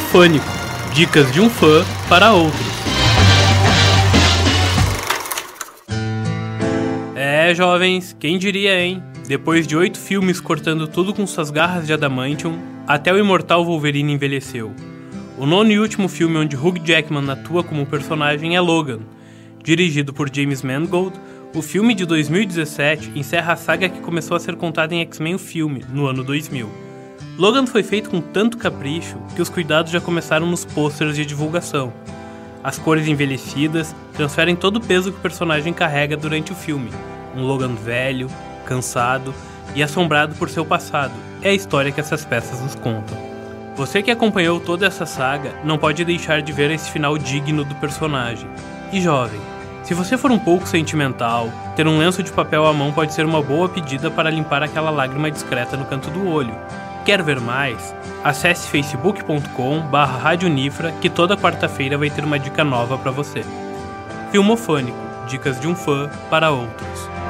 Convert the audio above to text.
Filmofânico, dicas de um fã para outros. Jovens, quem diria, hein? Depois de 8 filmes cortando tudo com suas garras de adamantium, até o imortal Wolverine envelheceu. O nono e último filme onde Hugh Jackman atua como personagem é Logan. Dirigido por James Mangold, o filme de 2017 encerra a saga que começou a ser contada em X-Men o filme, no ano 2000. Logan foi feito com tanto capricho que os cuidados já começaram nos pôsteres de divulgação. As cores envelhecidas transferem todo o peso que o personagem carrega durante o filme. Um Logan velho, cansado e assombrado por seu passado. É a história que essas peças nos contam. Você que acompanhou toda essa saga não pode deixar de ver esse final digno do personagem. E jovem, se você for um pouco sentimental, ter um lenço de papel à mão pode ser uma boa pedida para limpar aquela lágrima discreta no canto do olho. Quer ver mais? Acesse facebook.com/radionifra que toda quarta-feira vai ter uma dica nova para você. Filmofânico, dicas de um fã para outros.